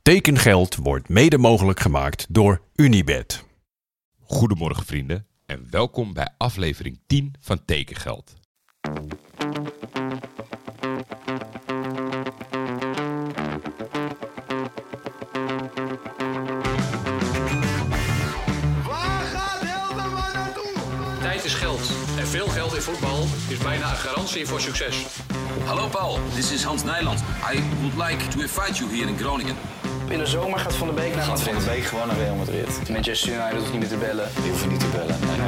Tekengeld wordt mede mogelijk gemaakt door Unibet. Goedemorgen vrienden en welkom bij aflevering 10 van Tekengeld. Tijd is geld en veel geld in voetbal is bijna een garantie voor succes. Hallo Paul, this is Hans Nijland. I would like to invite you here in Groningen. In de zomer gaat Van der Beek naar Madrid. Van der Beek gewoon naar Real Madrid. Manchester United hoeft niet meer te bellen. Die hoeven niet te bellen. Nee.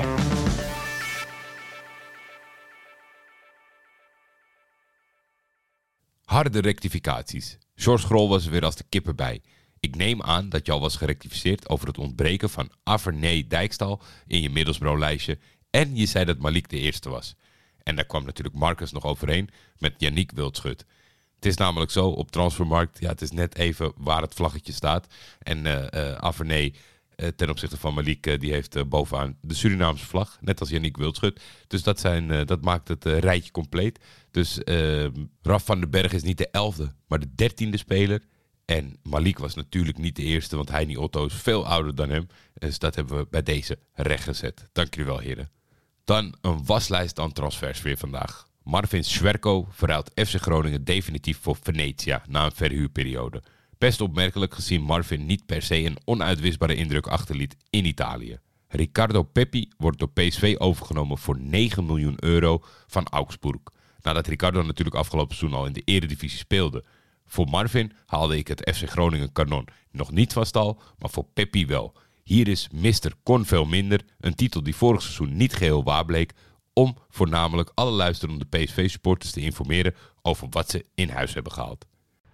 Harde rectificaties. George Grol was er weer als de kip erbij. Ik neem aan dat je al was gerectificeerd over het ontbreken van Avernee Dijkstal in je Middlesbrough-lijstje. En je zei dat Malik de eerste was. En daar kwam natuurlijk Marcus nog overheen met Yannick Wildschut. Het is namelijk zo, op Transfermarkt, het is net even waar het vlaggetje staat. En Avernee ten opzichte van Malik, die heeft bovenaan de Surinaamse vlag. Net als Yannick Wildschut. Dus dat maakt het rijtje compleet. Dus Raf van den Berg is niet de 11e, maar de 13e speler. En Malik was natuurlijk niet de eerste, want Heini Otto is veel ouder dan hem. Dus dat hebben we bij deze rechtgezet. Dank jullie wel, heren. Dan een waslijst aan transfers weer vandaag. Marvin Schwerko verruilt FC Groningen definitief voor Venetia na een verhuurperiode. Best opmerkelijk gezien Marvin niet per se een onuitwisbare indruk achterliet in Italië. Riccardo Pepi wordt door PSV overgenomen voor 9 miljoen euro van Augsburg. Nadat Riccardo natuurlijk afgelopen seizoen al in de Eredivisie speelde. Voor Marvin haalde ik het FC Groningen kanon nog niet van stal, maar voor Pepi wel. Hier is Mr. Kon veel minder, een titel die vorig seizoen niet geheel waar bleek, om voornamelijk alle luisterende PSV-supporters te informeren over wat ze in huis hebben gehaald.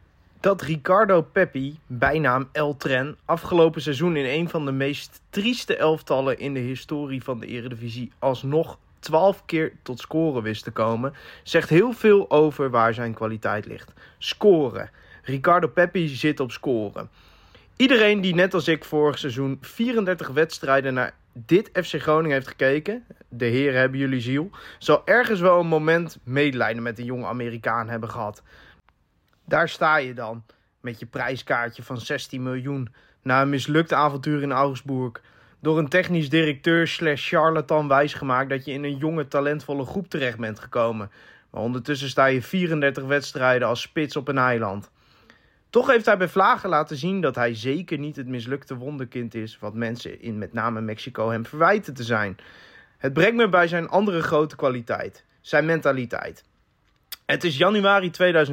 Dat Riccardo Pepi, bijnaam El Tren, afgelopen seizoen in een van de meest trieste elftallen in de historie van de Eredivisie alsnog 12 keer tot scoren wist te komen, zegt heel veel over waar zijn kwaliteit ligt. Scoren. Riccardo Pepi zit op scoren. Iedereen die net als ik vorig seizoen 34 wedstrijden naar dit FC Groningen heeft gekeken, de heren hebben jullie ziel, zal ergens wel een moment medelijden met een jonge Amerikaan hebben gehad. Daar sta je dan, met je prijskaartje van 16 miljoen, na een mislukt avontuur in Augsburg, door een technisch directeur / charlatan wijsgemaakt dat je in een jonge, talentvolle groep terecht bent gekomen. Maar ondertussen sta je 34 wedstrijden als spits op een eiland. Toch heeft hij bij vlagen laten zien dat hij zeker niet het mislukte wonderkind is wat mensen in met name Mexico hem verwijten te zijn. Het brengt me bij zijn andere grote kwaliteit, zijn mentaliteit. Het is januari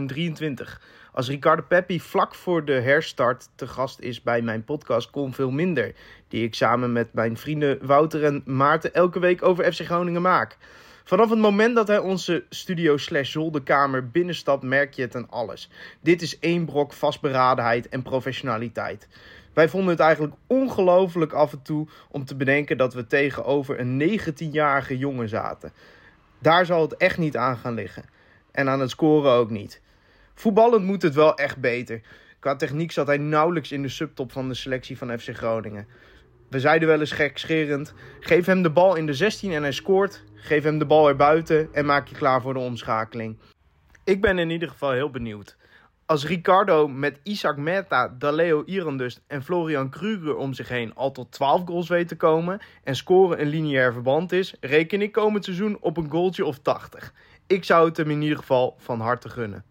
2023. Als Riccardo Pepi vlak voor de herstart te gast is bij mijn podcast Kon Veel Minder, die ik samen met mijn vrienden Wouter en Maarten elke week over FC Groningen maak. Vanaf het moment dat hij onze studio / zolderkamer binnenstapt, merk je het aan alles. Dit is één brok vastberadenheid en professionaliteit. Wij vonden het eigenlijk ongelooflijk af en toe om te bedenken dat we tegenover een 19-jarige jongen zaten. Daar zal het echt niet aan gaan liggen. En aan het scoren ook niet. Voetballend moet het wel echt beter. Qua techniek zat hij nauwelijks in de subtop van de selectie van FC Groningen. We zeiden wel eens gekscherend: geef hem de bal in de 16 en hij scoort. Geef hem de bal erbuiten en maak je klaar voor de omschakeling. Ik ben in ieder geval heel benieuwd. Als Riccardo met Isaac Meta, Daleo Irandust en Florian Kruger om zich heen al tot 12 goals weet te komen en scoren een lineair verband is, reken ik komend seizoen op een goaltje of 80. Ik zou het hem in ieder geval van harte gunnen.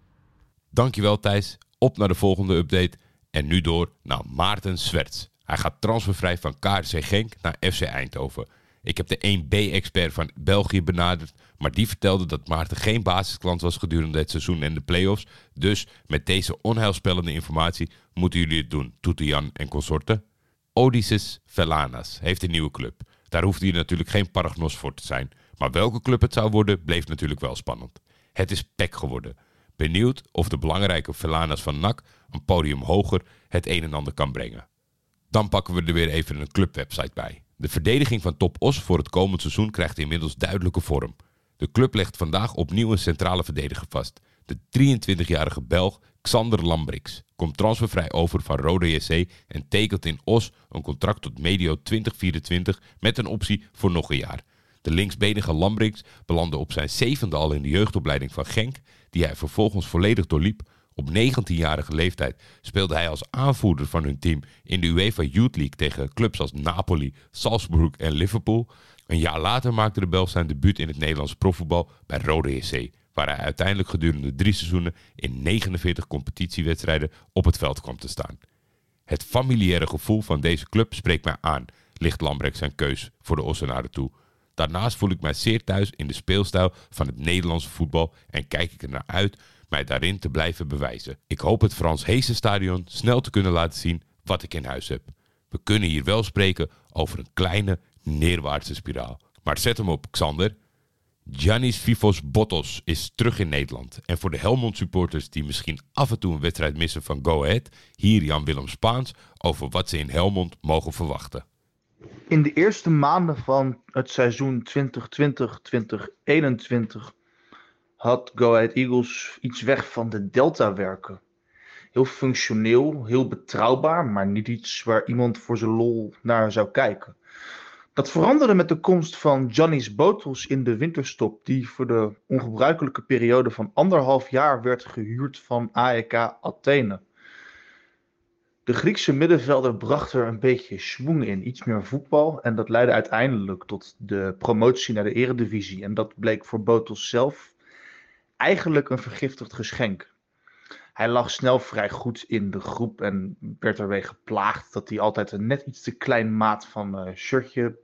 Dankjewel Thijs, op naar de volgende update. En nu door naar Maarten Swerts. Hij gaat transfervrij van KRC Genk naar FC Eindhoven. Ik heb de 1B-expert van België benaderd, maar die vertelde dat Maarten geen basisklant was gedurende het seizoen en de play-offs. Dus met deze onheilspellende informatie moeten jullie het doen, Toete Jan en consorten. Odysseus Velanas heeft een nieuwe club. Daar hoefde hij natuurlijk geen paragnos voor te zijn. Maar welke club het zou worden, bleef natuurlijk wel spannend. Het is PEC geworden. Benieuwd of de belangrijke Velanas van NAC een podium hoger het een en ander kan brengen. Dan pakken we er weer even een clubwebsite bij. De verdediging van Top Os voor het komend seizoen krijgt inmiddels duidelijke vorm. De club legt vandaag opnieuw een centrale verdediger vast. De 23-jarige Belg Xander Lambrix komt transfervrij over van Roda JC en tekent in Os een contract tot medio 2024 met een optie voor nog een jaar. De linksbenige Lambrix belandde op zijn 7e al in de jeugdopleiding van Genk, die hij vervolgens volledig doorliep Op 19-jarige leeftijd speelde hij als aanvoerder van hun team in de UEFA Youth League tegen clubs als Napoli, Salzburg en Liverpool. Een jaar later maakte de Belg zijn debuut in het Nederlandse profvoetbal bij Rode JC, waar hij uiteindelijk gedurende 3 seizoenen in 49 competitiewedstrijden op het veld kwam te staan. Het familiaire gevoel van deze club spreekt mij aan, ligt Lambrecht zijn keus voor de Ossenaren toe. Daarnaast voel ik mij zeer thuis in de speelstijl van het Nederlandse voetbal en kijk ik er naar uit mij daarin te blijven bewijzen. Ik hoop het Frans Heesen-stadion snel te kunnen laten zien wat ik in huis heb. We kunnen hier wel spreken over een kleine neerwaartse spiraal. Maar zet hem op, Xander. Giannis Fifos Bottos is terug in Nederland. En voor de Helmond supporters die misschien af en toe een wedstrijd missen van Go Ahead, hier Jan-Willem Spaans over wat ze in Helmond mogen verwachten. In de eerste maanden van het seizoen 2020-2021 had Go Ahead Eagles iets weg van de Delta-werken. Heel functioneel, heel betrouwbaar, maar niet iets waar iemand voor zijn lol naar zou kijken. Dat veranderde met de komst van Giannis Bottos in de winterstop, die voor de ongebruikelijke periode van 1,5 jaar werd gehuurd van AEK Athene. De Griekse middenvelder bracht er een beetje schwung in, iets meer voetbal, en dat leidde uiteindelijk tot de promotie naar de eredivisie. En dat bleek voor Bottos zelf eigenlijk een vergiftigd geschenk. Hij lag snel vrij goed in de groep en werd ermee geplaagd dat hij altijd een net iets te klein maat van shirtje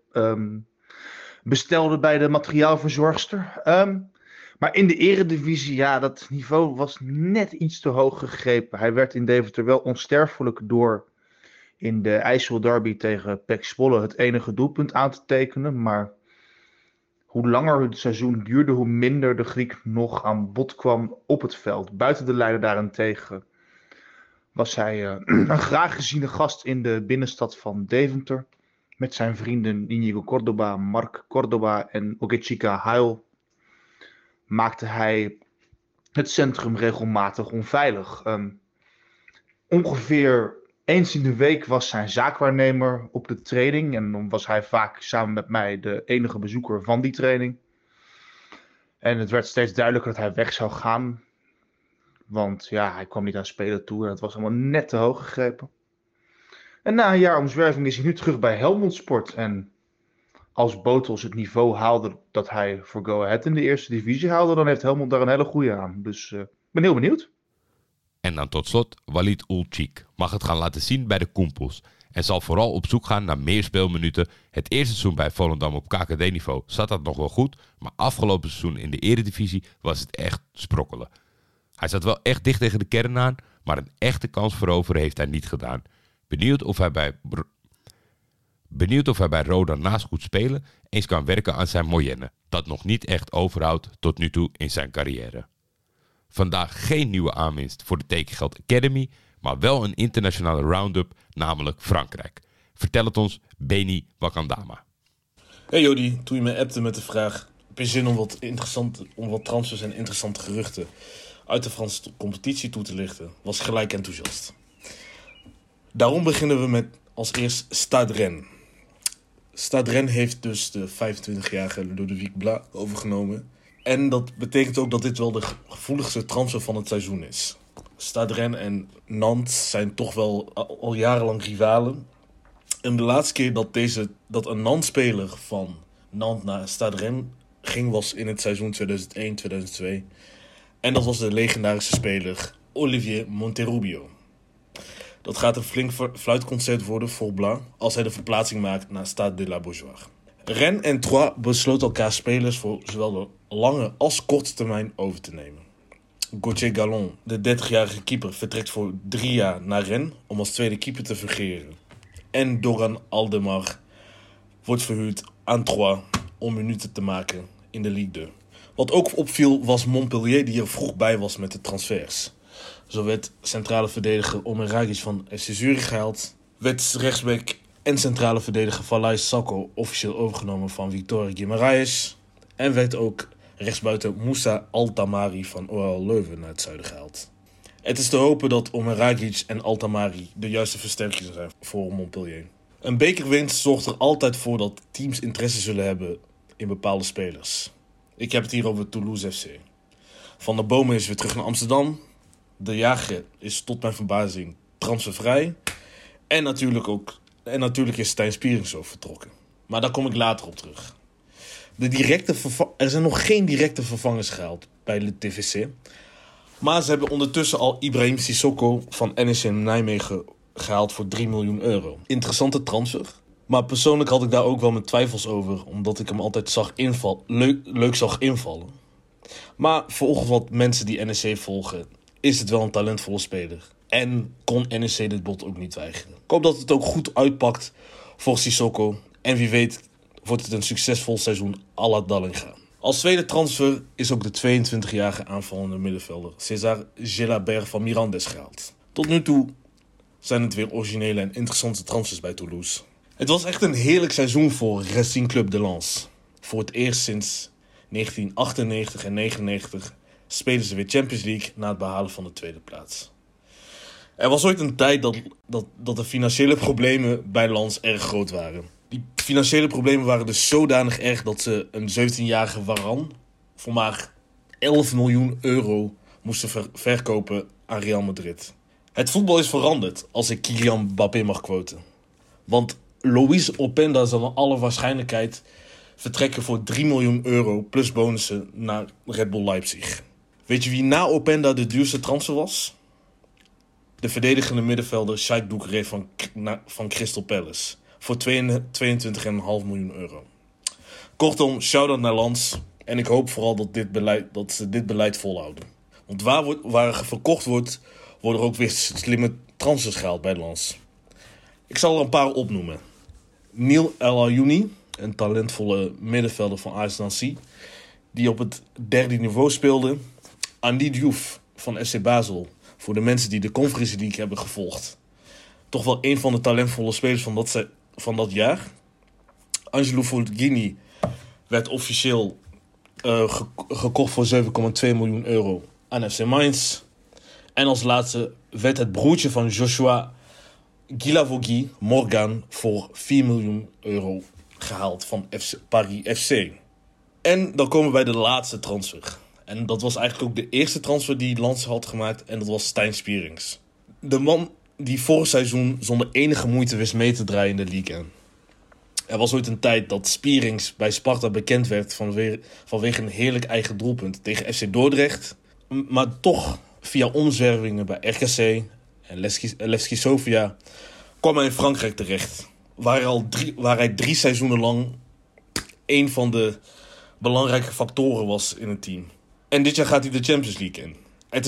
bestelde bij de materiaalverzorgster. Maar in de eredivisie, ja, dat niveau was net iets te hoog gegrepen. Hij werd in Deventer wel onsterfelijk door in de IJsselderby tegen PEC Zwolle het enige doelpunt aan te tekenen. Maar hoe langer het seizoen duurde, hoe minder de Griek nog aan bod kwam op het veld. Buiten de lijnen daarentegen was hij een graag geziene gast in de binnenstad van Deventer. Met zijn vrienden Inigo Cordoba, Marc Cordoba en Ogechika Hail maakte hij het centrum regelmatig onveilig. Ongeveer eens in de week was zijn zaakwaarnemer op de training. En dan was hij vaak samen met mij de enige bezoeker van die training. En het werd steeds duidelijker dat hij weg zou gaan. Want ja, hij kwam niet aan spelen toe en het was allemaal net te hoog gegrepen. En na een jaar omzwerving is hij nu terug bij Helmond Sport. En als Bottos het niveau haalde dat hij voor Go Ahead in de eerste divisie haalde, dan heeft Helmond daar een hele goede aan. Dus ik ben heel benieuwd. En dan tot slot Walid Ulcik mag het gaan laten zien bij de Koempels en zal vooral op zoek gaan naar meer speelminuten. Het eerste seizoen bij Volendam op KKD-niveau zat dat nog wel goed, maar afgelopen seizoen in de eredivisie was het echt sprokkelen. Hij zat wel echt dicht tegen de kern aan, maar een echte kans veroveren heeft hij niet gedaan. Benieuwd of hij bij Roda naast goed spelen eens kan werken aan zijn moyenne, dat nog niet echt overhoudt tot nu toe in zijn carrière. Vandaag geen nieuwe aanwinst voor de Tekengeld Academy, maar wel een internationale round-up, namelijk Frankrijk. Vertel het ons, Beni Wakandama. Hey Jody, toen je me appte met de vraag, heb je zin om wat transfers en interessante geruchten uit de Franse competitie toe te lichten, was gelijk enthousiast. Daarom beginnen we met als eerst Stade Rennes. Stade Rennes heeft dus de 25-jarige Ludovic Blas overgenomen. En dat betekent ook dat dit wel de gevoeligste transfer van het seizoen is. Stade Rennes en Nantes zijn toch wel al jarenlang rivalen. En de laatste keer dat een Nantes-speler van Nantes naar Stade Rennes ging was in het seizoen 2001-2002. En dat was de legendarische speler Olivier Monterrubio. Dat gaat een flink fluitconcert worden voor Blanc als hij de verplaatsing maakt naar Stade de la Beaujoire. Rennes en Troyes besloten elkaar spelers voor zowel de lange als korte termijn over te nemen. Gauthier Gallon, de 30-jarige keeper, vertrekt voor 3 jaar naar Rennes om als tweede keeper te fungeren. En Doran Aldemar wordt verhuurd aan Troyes om minuten te maken in de Ligue 2. Wat ook opviel was Montpellier, die er vroeg bij was met de transfers. Zo werd centrale verdediger Omer Ragic van FC Zurich gehaald. Werd rechtsback en centrale verdediger Valais Sacco officieel overgenomen van Victoria Guimaraes. En werd ook rechtsbuiten Moussa Altamari van OL Leuven naar het zuiden gehaald. Het is te hopen dat Omer Ragic en Altamari de juiste versterkingen zijn voor Montpellier. Een bekerwinst zorgt er altijd voor dat teams interesse zullen hebben in bepaalde spelers. Ik heb het hier over Toulouse FC. Van der Bomen is weer terug naar Amsterdam. De Jager is tot mijn verbazing transfervrij. En natuurlijk is Stijn Spierings ook vertrokken. Maar daar kom ik later op terug. Er zijn nog geen directe vervangers gehaald bij de TVC. Maar ze hebben ondertussen al Ibrahim Sissoko van NEC Nijmegen gehaald voor 3 miljoen euro. Interessante transfer. Maar persoonlijk had ik daar ook wel mijn twijfels over. Omdat ik hem altijd leuk zag invallen. Maar volgens wat mensen die NEC volgen, is het wel een talentvolle speler. En kon NEC dit bod ook niet weigeren. Ik hoop dat het ook goed uitpakt voor Sissoko. En wie weet wordt het een succesvol seizoen à la Dallinga. Als tweede transfer is ook de 22-jarige aanvallende middenvelder César Gelabert van Mirandes gehaald. Tot nu toe zijn het weer originele en interessante transfers bij Toulouse. Het was echt een heerlijk seizoen voor Racing Club de Lens. Voor het eerst sinds 1998 en 1999 spelen ze weer Champions League na het behalen van de tweede plaats. Er was ooit een tijd dat de financiële problemen bij Lens erg groot waren. Die financiële problemen waren dus zodanig erg dat ze een 17-jarige Varane voor maar 11 miljoen euro moesten verkopen aan Real Madrid. Het voetbal is veranderd, als ik Kylian Mbappé mag quoten. Want Luis Openda zal naar alle waarschijnlijkheid vertrekken voor 3 miljoen euro plus bonussen naar Red Bull Leipzig. Weet je wie na Openda de duurste transfer was? De verdedigende middenvelder Sheikh Doucouré van Crystal Palace. Voor 22,5 miljoen euro. Kortom, shout-out naar Lens. En ik hoop vooral dat ze dit beleid volhouden. Want waar verkocht wordt, worden er ook weer slimme transfers gehaald bij Lens. Ik zal er een paar opnoemen. Neil El Ayouni, een talentvolle middenvelder van AS Nancy, die op het derde niveau speelde. Andy Diouf van FC Basel, voor de mensen die de Conference League hebben gevolgd. Toch wel een van de talentvolle spelers van dat jaar. Angelo Fulgini werd officieel gekocht voor 7,2 miljoen euro aan FC Mainz. En als laatste werd het broertje van Joshua Guilavogui, Morgan, voor 4 miljoen euro gehaald van Paris FC. En dan komen we bij de laatste transfer. En dat was eigenlijk ook de eerste transfer die Lens had gemaakt. En dat was Stijn Spierings. De man die vorig seizoen zonder enige moeite wist mee te draaien in de Ligue 1. Er was ooit een tijd dat Spierings bij Sparta bekend werd vanwege een heerlijk eigen doelpunt tegen FC Dordrecht. Maar toch via omzwervingen bij RKC en Levski Sofia kwam hij in Frankrijk terecht. Waar hij 3 seizoenen lang een van de belangrijke factoren was in het team. En dit jaar gaat hij de Champions League in. Het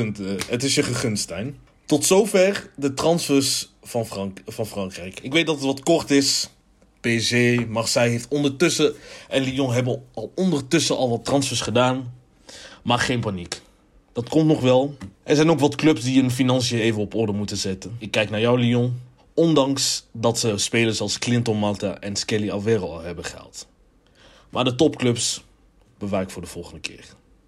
is je gegund, Stijn. Tot zover de transfers van Frankrijk. Ik weet dat het wat kort is. PSG, Marseille heeft ondertussen en Lyon hebben ondertussen al wat transfers gedaan. Maar geen paniek. Dat komt nog wel. Er zijn ook wat clubs die hun financiën even op orde moeten zetten. Ik kijk naar jou, Lyon. Ondanks dat ze spelers als Clinton Malta en Skelly Alvero al hebben gehaald. Maar de topclubs bewaar ik voor de volgende keer.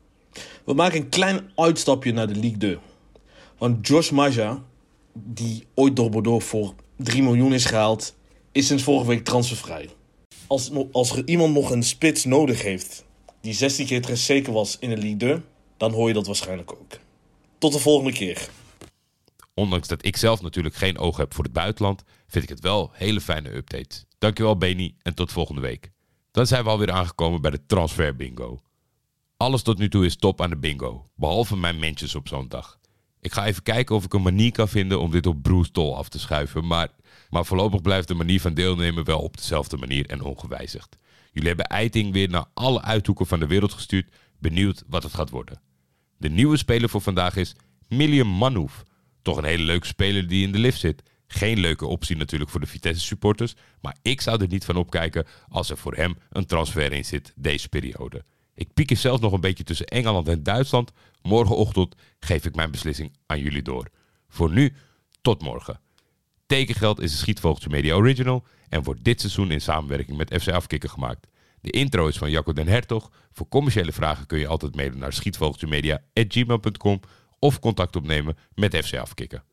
We maken een klein uitstapje naar de Ligue 2. Want Josh Maja, die ooit door Bordeaux voor 3 miljoen is gehaald, is sinds vorige week transfervrij. Als er iemand nog een spits nodig heeft die 16 keer zeker was in de Ligue 2, dan hoor je dat waarschijnlijk ook. Tot de volgende keer. Ondanks dat ik zelf natuurlijk geen oog heb voor het buitenland, vind ik het wel hele fijne updates. Dankjewel Beni en tot volgende week. Dan zijn we alweer aangekomen bij de transfer bingo. Alles tot nu toe is top aan de bingo, behalve mijn mensjes op zo'n dag. Ik ga even kijken of ik een manier kan vinden om dit op Bruce Tol af te schuiven, maar voorlopig blijft de manier van deelnemen wel op dezelfde manier en ongewijzigd. Jullie hebben eiting weer naar alle uithoeken van de wereld gestuurd, benieuwd wat het gaat worden. De nieuwe speler voor vandaag is Milian Manouf. Toch een hele leuke speler die in de lift zit. Geen leuke optie natuurlijk voor de Vitesse supporters, maar ik zou er niet van opkijken als er voor hem een transfer in zit deze periode. Ik piek er zelfs nog een beetje tussen Engeland en Duitsland. Morgenochtend geef ik mijn beslissing aan jullie door. Voor nu, tot morgen. Tekengeld is een Schietvogeltje Media Original en wordt dit seizoen in samenwerking met FC Afkikken gemaakt. De intro is van Jacco den Hertog. Voor commerciële vragen kun je altijd mailen naar schietvogeltjemedia@gmail.com of contact opnemen met FC Afkikken.